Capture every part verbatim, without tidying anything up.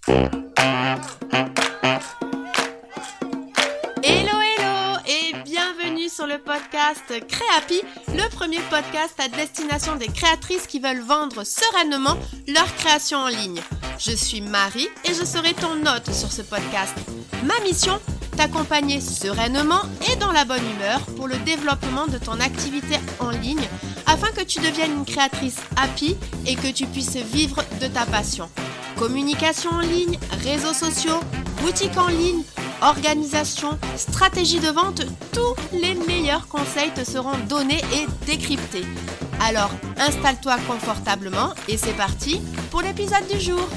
Hello hello et bienvenue sur le podcast Créapi, le premier podcast à destination des créatrices qui veulent vendre sereinement leur création en ligne. Je suis Marie et je serai ton hôte sur ce podcast. Ma mission, t'accompagner sereinement et dans la bonne humeur pour le développement de ton activité en ligne afin que tu deviennes une créatrice happy et que tu puisses vivre de ta passion. Communication en ligne, réseaux sociaux, boutique en ligne, organisation, stratégie de vente, tous les meilleurs conseils te seront donnés et décryptés. Alors installe-toi confortablement et c'est parti pour l'épisode du jour.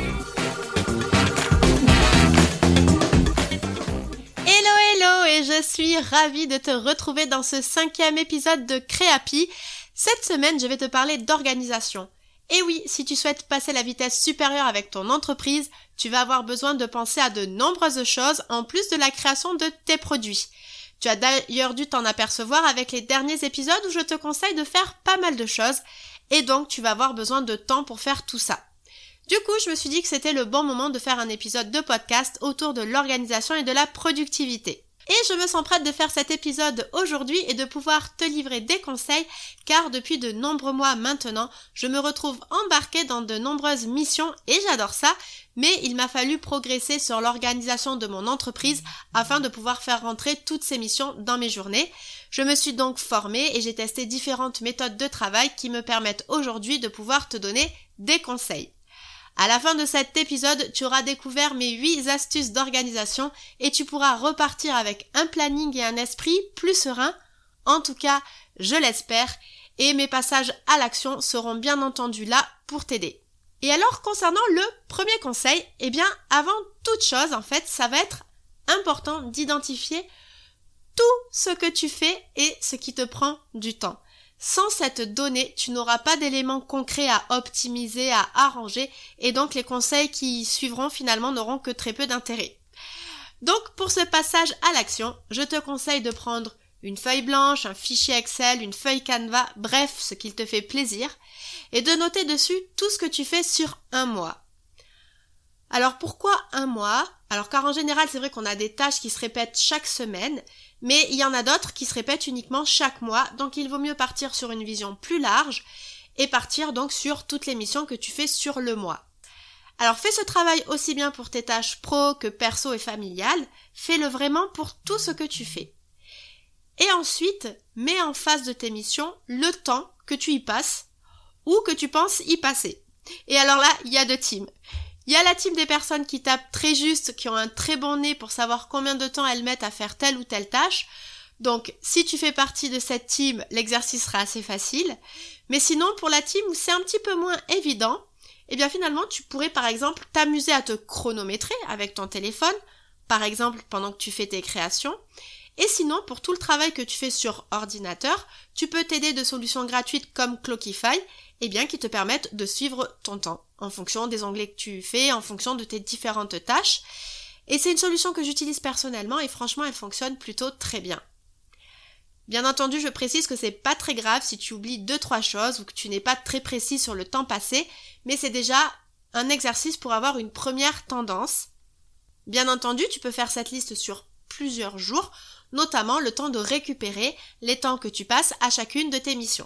Hello hello et je suis ravie de te retrouver dans ce cinquième épisode de Créapi. Cette semaine, je vais te parler d'organisation. Et oui, si tu souhaites passer la vitesse supérieure avec ton entreprise, tu vas avoir besoin de penser à de nombreuses choses en plus de la création de tes produits. Tu as d'ailleurs dû t'en apercevoir avec les derniers épisodes où je te conseille de faire pas mal de choses et donc tu vas avoir besoin de temps pour faire tout ça. Du coup, je me suis dit que c'était le bon moment de faire un épisode de podcast autour de l'organisation et de la productivité. Et je me sens prête de faire cet épisode aujourd'hui et de pouvoir te livrer des conseils car depuis de nombreux mois maintenant, je me retrouve embarquée dans de nombreuses missions et j'adore ça, mais il m'a fallu progresser sur l'organisation de mon entreprise afin de pouvoir faire rentrer toutes ces missions dans mes journées. Je me suis donc formée et j'ai testé différentes méthodes de travail qui me permettent aujourd'hui de pouvoir te donner des conseils. À la fin de cet épisode, tu auras découvert mes huit astuces d'organisation et tu pourras repartir avec un planning et un esprit plus serein. En tout cas, je l'espère, et mes passages à l'action seront bien entendu là pour t'aider. Et alors, concernant le premier conseil, eh bien, avant toute chose, en fait, ça va être important d'identifier tout ce que tu fais et ce qui te prend du temps. Sans cette donnée, tu n'auras pas d'éléments concrets à optimiser, à arranger, et donc les conseils qui suivront finalement n'auront que très peu d'intérêt. Donc pour ce passage à l'action, je te conseille de prendre une feuille blanche, un fichier Excel, une feuille Canva, bref, ce qu'il te fait plaisir, et de noter dessus tout ce que tu fais sur un mois. Alors pourquoi un mois ? Alors car en général, c'est vrai qu'on a des tâches qui se répètent chaque semaine, mais il y en a d'autres qui se répètent uniquement chaque mois, donc il vaut mieux partir sur une vision plus large et partir donc sur toutes les missions que tu fais sur le mois. Alors fais ce travail aussi bien pour tes tâches pro que perso et familiales, fais-le vraiment pour tout ce que tu fais. Et ensuite, mets en face de tes missions le temps que tu y passes ou que tu penses y passer. Et alors là, il y a deux teams. Il y a la team des personnes qui tapent très juste, qui ont un très bon nez pour savoir combien de temps elles mettent à faire telle ou telle tâche. Donc, si tu fais partie de cette team, l'exercice sera assez facile. Mais sinon, pour la team où c'est un petit peu moins évident, eh bien finalement, tu pourrais par exemple t'amuser à te chronométrer avec ton téléphone, par exemple pendant que tu fais tes créations. Et sinon, pour tout le travail que tu fais sur ordinateur, tu peux t'aider de solutions gratuites comme Clockify, eh bien, qui te permettent de suivre ton temps en fonction des onglets que tu fais, en fonction de tes différentes tâches. Et c'est une solution que j'utilise personnellement et franchement, elle fonctionne plutôt très bien. Bien entendu, je précise que c'est pas très grave si tu oublies deux, trois choses ou que tu n'es pas très précis sur le temps passé, mais c'est déjà un exercice pour avoir une première tendance. Bien entendu, tu peux faire cette liste sur plusieurs jours, notamment le temps de récupérer les temps que tu passes à chacune de tes missions.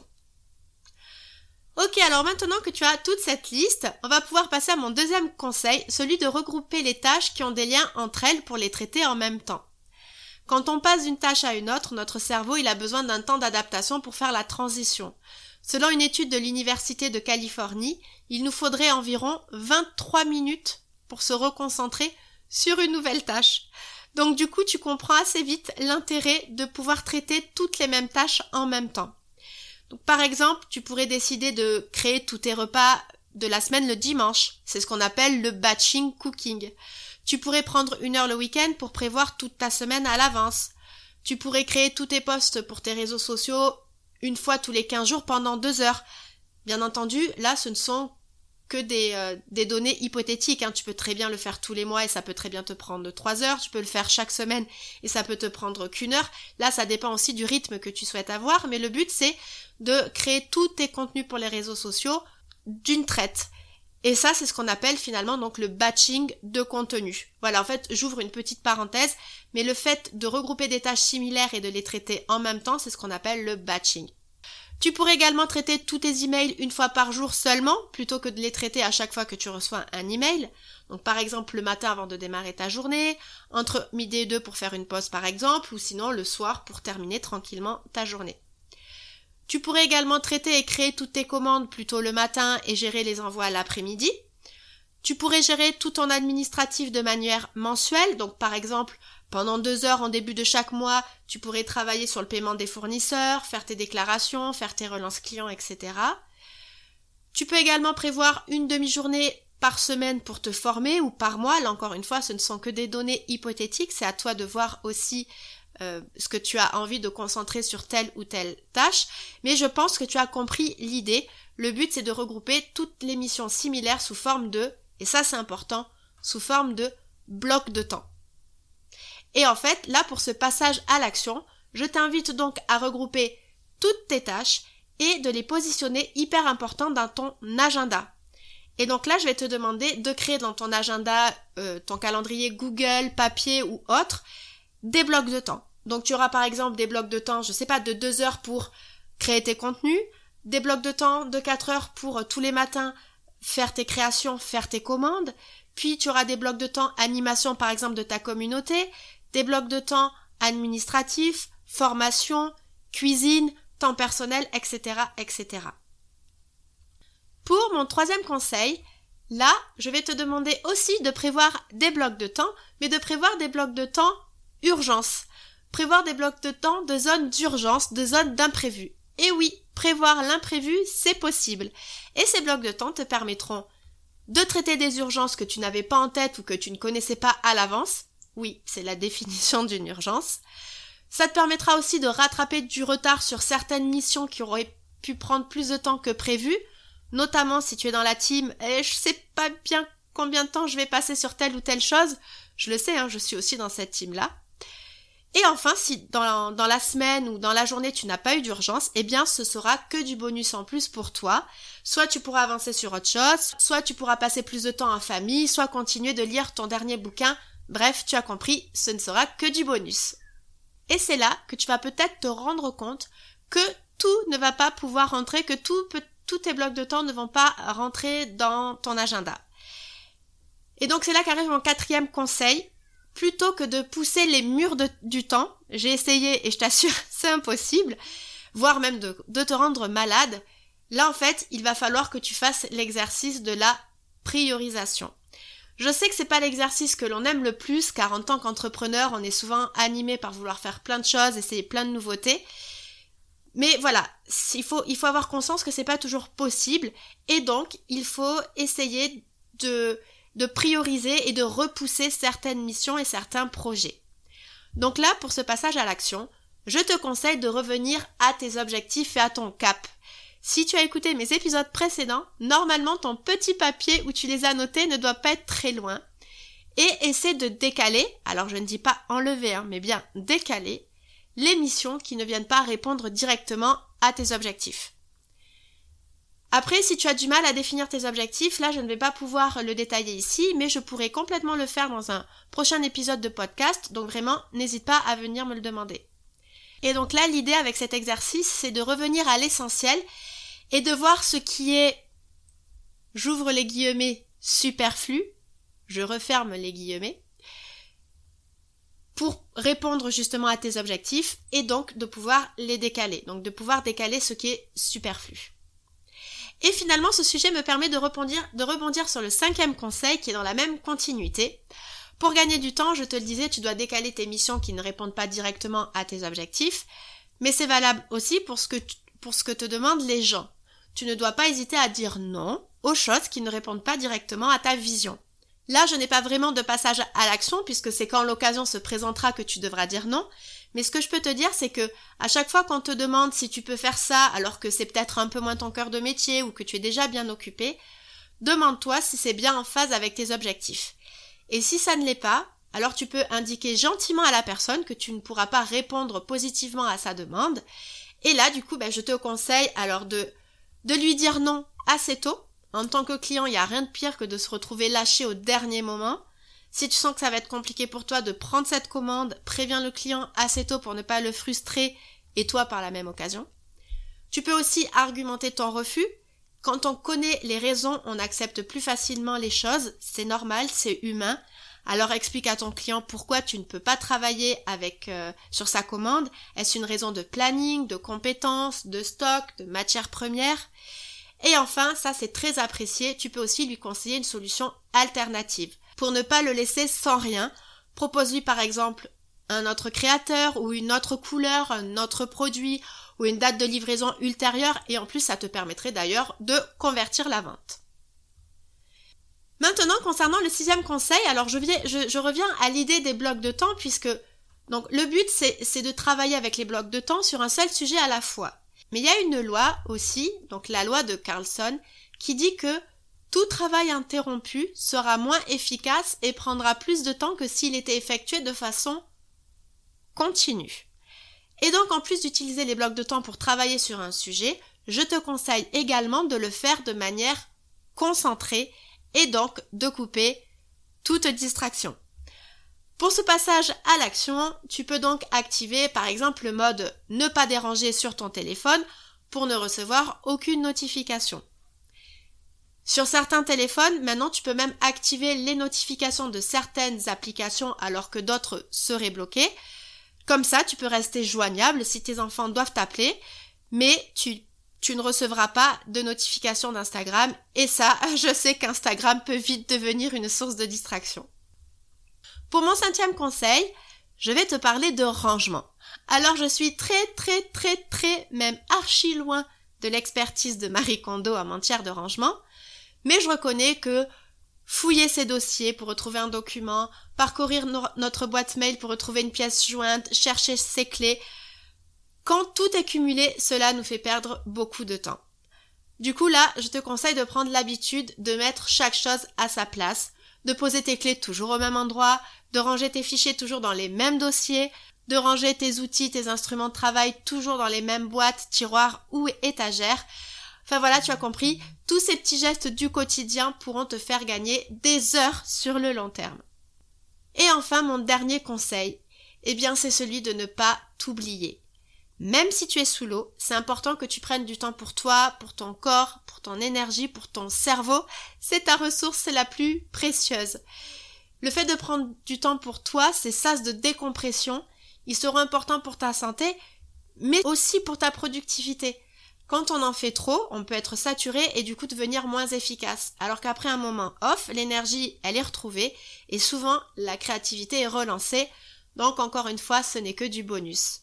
Ok, alors maintenant que tu as toute cette liste, on va pouvoir passer à mon deuxième conseil, celui de regrouper les tâches qui ont des liens entre elles pour les traiter en même temps. Quand on passe d'une tâche à une autre, notre cerveau il a besoin d'un temps d'adaptation pour faire la transition. Selon une étude de l'Université de Californie, il nous faudrait environ vingt-trois minutes pour se reconcentrer sur une nouvelle tâche. Donc du coup, tu comprends assez vite l'intérêt de pouvoir traiter toutes les mêmes tâches en même temps. Donc par exemple, tu pourrais décider de créer tous tes repas de la semaine le dimanche. C'est ce qu'on appelle le batching cooking. Tu pourrais prendre une heure le week-end pour prévoir toute ta semaine à l'avance. Tu pourrais créer tous tes posts pour tes réseaux sociaux une fois tous les quinze jours pendant deux heures. Bien entendu, là, ce ne sont que des, euh, des données hypothétiques, hein. Tu peux très bien le faire tous les mois et ça peut très bien te prendre trois heures, tu peux le faire chaque semaine et ça peut te prendre qu'une heure. Là, ça dépend aussi du rythme que tu souhaites avoir, mais le but, c'est de créer tous tes contenus pour les réseaux sociaux d'une traite. Et ça, c'est ce qu'on appelle finalement donc le batching de contenu. Voilà, en fait, j'ouvre une petite parenthèse, mais le fait de regrouper des tâches similaires et de les traiter en même temps, c'est ce qu'on appelle le batching. Tu pourrais également traiter tous tes emails une fois par jour seulement, plutôt que de les traiter à chaque fois que tu reçois un email. Donc par exemple le matin avant de démarrer ta journée, entre midi et deux pour faire une pause par exemple, ou sinon le soir pour terminer tranquillement ta journée. Tu pourrais également traiter et créer toutes tes commandes plutôt le matin et gérer les envois l'après-midi. Tu pourrais gérer tout ton administratif de manière mensuelle, donc par exemple pendant deux heures en début de chaque mois, tu pourrais travailler sur le paiement des fournisseurs, faire tes déclarations, faire tes relances clients, et cetera. Tu peux également prévoir une demi-journée par semaine pour te former ou par mois. Là encore une fois, ce ne sont que des données hypothétiques, c'est à toi de voir aussi euh, ce que tu as envie de concentrer sur telle ou telle tâche. Mais je pense que tu as compris l'idée. Le but, c'est de regrouper toutes les missions similaires sous forme de, et ça c'est important, sous forme de blocs de temps. Et en fait, là, pour ce passage à l'action, je t'invite donc à regrouper toutes tes tâches et de les positionner hyper importantes dans ton agenda. Et donc là, je vais te demander de créer dans ton agenda, euh, ton calendrier Google, papier ou autre, des blocs de temps. Donc tu auras par exemple des blocs de temps, je sais pas, de deux heures pour créer tes contenus, des blocs de temps de quatre heures pour euh, tous les matins faire tes créations, faire tes commandes, puis tu auras des blocs de temps animation par exemple de ta communauté, des blocs de temps administratifs, formation, cuisine, temps personnel, et cetera, et cetera. Pour mon troisième conseil, là, je vais te demander aussi de prévoir des blocs de temps, mais de prévoir des blocs de temps urgence. Prévoir des blocs de temps de zones d'urgence, de zones d'imprévu. Et oui, prévoir l'imprévu, c'est possible. Et ces blocs de temps te permettront de traiter des urgences que tu n'avais pas en tête ou que tu ne connaissais pas à l'avance. Oui, c'est la définition d'une urgence. Ça te permettra aussi de rattraper du retard sur certaines missions qui auraient pu prendre plus de temps que prévu, notamment si tu es dans la team « et je sais pas bien combien de temps je vais passer sur telle ou telle chose », je le sais, hein, je suis aussi dans cette team-là. Et enfin, si dans la, dans la semaine ou dans la journée tu n'as pas eu d'urgence, eh bien ce sera que du bonus en plus pour toi. Soit tu pourras avancer sur autre chose, soit tu pourras passer plus de temps en famille, soit continuer de lire ton dernier bouquin. Bref, tu as compris, ce ne sera que du bonus. Et c'est là que tu vas peut-être te rendre compte que tout ne va pas pouvoir rentrer, que tout peut, tous tes blocs de temps ne vont pas rentrer dans ton agenda. Et donc c'est là qu'arrive mon quatrième conseil. Plutôt que de pousser les murs de, du temps, j'ai essayé et je t'assure, c'est impossible, voire même de, de te rendre malade, là en fait, il va falloir que tu fasses l'exercice de la priorisation. Je sais que c'est pas l'exercice que l'on aime le plus, car en tant qu'entrepreneur, on est souvent animé par vouloir faire plein de choses, essayer plein de nouveautés. Mais voilà, il faut, il faut avoir conscience que c'est pas toujours possible, et donc, il faut essayer de, de prioriser et de repousser certaines missions et certains projets. Donc là, pour ce passage à l'action, je te conseille de revenir à tes objectifs et à ton cap. Si tu as écouté mes épisodes précédents, normalement ton petit papier où tu les as notés ne doit pas être très loin. Et essaie de décaler, alors je ne dis pas enlever, hein, mais bien décaler, les missions qui ne viennent pas répondre directement à tes objectifs. Après, si tu as du mal à définir tes objectifs, là je ne vais pas pouvoir le détailler ici, mais je pourrais complètement le faire dans un prochain épisode de podcast, donc vraiment n'hésite pas à venir me le demander. Et donc là, l'idée avec cet exercice, c'est de revenir à l'essentiel et de voir ce qui est, j'ouvre les guillemets, superflu, je referme les guillemets, pour répondre justement à tes objectifs et donc de pouvoir les décaler, donc de pouvoir décaler ce qui est superflu. Et finalement, ce sujet me permet de rebondir, de rebondir sur le cinquième conseil qui est dans la même continuité. Pour gagner du temps, je te le disais, tu dois décaler tes missions qui ne répondent pas directement à tes objectifs, mais c'est valable aussi pour ce que, tu, pour ce que te demandent les gens. Tu ne dois pas hésiter à dire non aux choses qui ne répondent pas directement à ta vision. Là, je n'ai pas vraiment de passage à l'action puisque c'est quand l'occasion se présentera que tu devras dire non, mais ce que je peux te dire, c'est que à chaque fois qu'on te demande si tu peux faire ça alors que c'est peut-être un peu moins ton cœur de métier ou que tu es déjà bien occupé, demande-toi si c'est bien en phase avec tes objectifs. Et si ça ne l'est pas, alors tu peux indiquer gentiment à la personne que tu ne pourras pas répondre positivement à sa demande. Et là, du coup, ben, je te conseille alors de, de lui dire non assez tôt, En tant que client, il n'y a rien de pire que de se retrouver lâché au dernier moment. Si tu sens que ça va être compliqué pour toi de prendre cette commande, préviens le client assez tôt pour ne pas le frustrer et toi par la même occasion. Tu peux aussi argumenter ton refus. Quand on connaît les raisons, on accepte plus facilement les choses. C'est normal, c'est humain. Alors explique à ton client pourquoi tu ne peux pas travailler avec euh, sur sa commande. Est-ce une raison de planning, de compétences, de stock, de matières premières? Et enfin, ça c'est très apprécié, tu peux aussi lui conseiller une solution alternative. Pour ne pas le laisser sans rien, propose-lui par exemple un autre créateur ou une autre couleur, un autre produit ou une date de livraison ultérieure et en plus ça te permettrait d'ailleurs de convertir la vente. Maintenant, concernant le sixième conseil, alors je, viens, je, je reviens à l'idée des blocs de temps puisque donc le but c'est, c'est de travailler avec les blocs de temps sur un seul sujet à la fois. Mais il y a une loi aussi, donc la loi de Carlson, qui dit que tout travail interrompu sera moins efficace et prendra plus de temps que s'il était effectué de façon continue. Et donc en plus d'utiliser les blocs de temps pour travailler sur un sujet, je te conseille également de le faire de manière concentrée et donc de couper toute distraction. Pour ce passage à l'action, tu peux donc activer par exemple le mode ne pas déranger sur ton téléphone pour ne recevoir aucune notification. Sur certains téléphones, maintenant tu peux même activer les notifications de certaines applications alors que d'autres seraient bloquées. Comme ça, tu peux rester joignable si tes enfants doivent t'appeler, mais tu Tu ne recevras pas de notification d'Instagram et ça, je sais qu'Instagram peut vite devenir une source de distraction. Pour mon cinquième conseil, je vais te parler de rangement. Alors je suis très très très très même archi loin de l'expertise de Marie Kondo en matière de rangement, mais je reconnais que fouiller ses dossiers pour retrouver un document, parcourir no- notre boîte mail pour retrouver une pièce jointe, chercher ses clés, quand tout est cumulé, cela nous fait perdre beaucoup de temps. Du coup là, je te conseille de prendre l'habitude de mettre chaque chose à sa place, de poser tes clés toujours au même endroit, de ranger tes fichiers toujours dans les mêmes dossiers, de ranger tes outils, tes instruments de travail toujours dans les mêmes boîtes, tiroirs ou étagères. Enfin voilà, tu as compris, tous ces petits gestes du quotidien pourront te faire gagner des heures sur le long terme. Et enfin, mon dernier conseil, eh bien c'est celui de ne pas t'oublier. Même si tu es sous l'eau, c'est important que tu prennes du temps pour toi, pour ton corps, pour ton énergie, pour ton cerveau. C'est ta ressource la plus précieuse. Le fait de prendre du temps pour toi, ces sas de décompression, ils seront importants pour ta santé, mais aussi pour ta productivité. Quand on en fait trop, on peut être saturé et du coup devenir moins efficace. Alors qu'après un moment off, l'énergie, elle est retrouvée et souvent la créativité est relancée. Donc encore une fois, ce n'est que du bonus.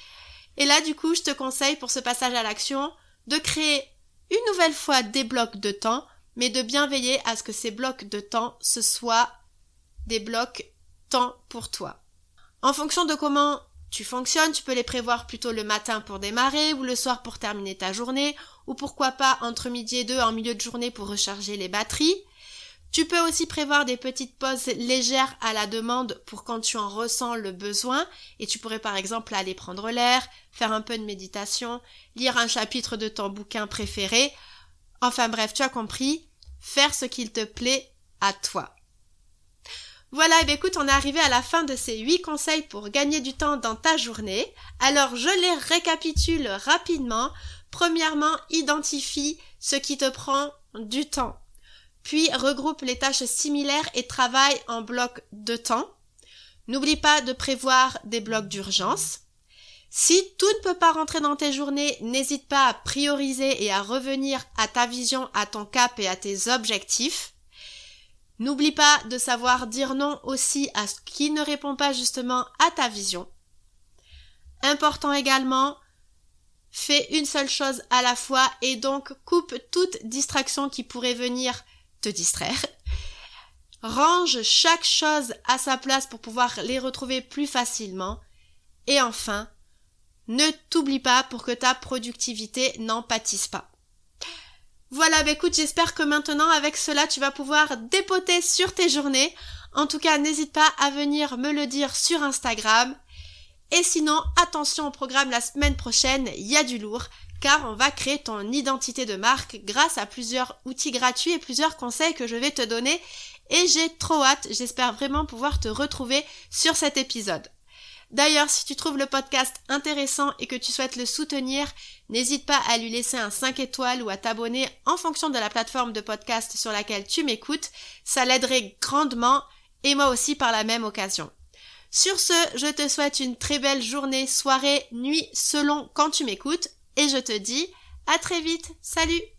Et là, du coup, je te conseille pour ce passage à l'action de créer une nouvelle fois des blocs de temps, mais de bien veiller à ce que ces blocs de temps, ce soient des blocs temps pour toi. En fonction de comment tu fonctionnes, tu peux les prévoir plutôt le matin pour démarrer ou le soir pour terminer ta journée, ou pourquoi pas entre midi et deux en milieu de journée pour recharger les batteries. Tu peux aussi prévoir des petites pauses légères à la demande pour quand tu en ressens le besoin et tu pourrais par exemple aller prendre l'air, faire un peu de méditation, lire un chapitre de ton bouquin préféré. Enfin bref, tu as compris, faire ce qu'il te plaît à toi. Voilà, et bien écoute, on est arrivé à la fin de ces huit conseils pour gagner du temps dans ta journée. Alors je les récapitule rapidement. Premièrement, identifie ce qui te prend du temps. Puis regroupe les tâches similaires et travaille en blocs de temps. N'oublie pas de prévoir des blocs d'urgence. Si tout ne peut pas rentrer dans tes journées, n'hésite pas à prioriser et à revenir à ta vision, à ton cap et à tes objectifs. N'oublie pas de savoir dire non aussi à ce qui ne répond pas justement à ta vision. Important également, fais une seule chose à la fois et donc coupe toute distraction qui pourrait venir te distraire. Range chaque chose à sa place pour pouvoir les retrouver plus facilement. Et enfin, ne t'oublie pas pour que ta productivité n'en pâtisse pas. Voilà, bah écoute, j'espère que maintenant avec cela tu vas pouvoir dépoter sur tes journées. En tout cas, n'hésite pas à venir me le dire sur Instagram. Et sinon, attention au programme la semaine prochaine, il y a du lourd, car on va créer ton identité de marque grâce à plusieurs outils gratuits et plusieurs conseils que je vais te donner et j'ai trop hâte, j'espère vraiment pouvoir te retrouver sur cet épisode. D'ailleurs, si tu trouves le podcast intéressant et que tu souhaites le soutenir, n'hésite pas à lui laisser un cinq étoiles ou à t'abonner en fonction de la plateforme de podcast sur laquelle tu m'écoutes, ça l'aiderait grandement et moi aussi par la même occasion. Sur ce, je te souhaite une très belle journée, soirée, nuit, selon quand tu m'écoutes et je te dis à très vite, salut!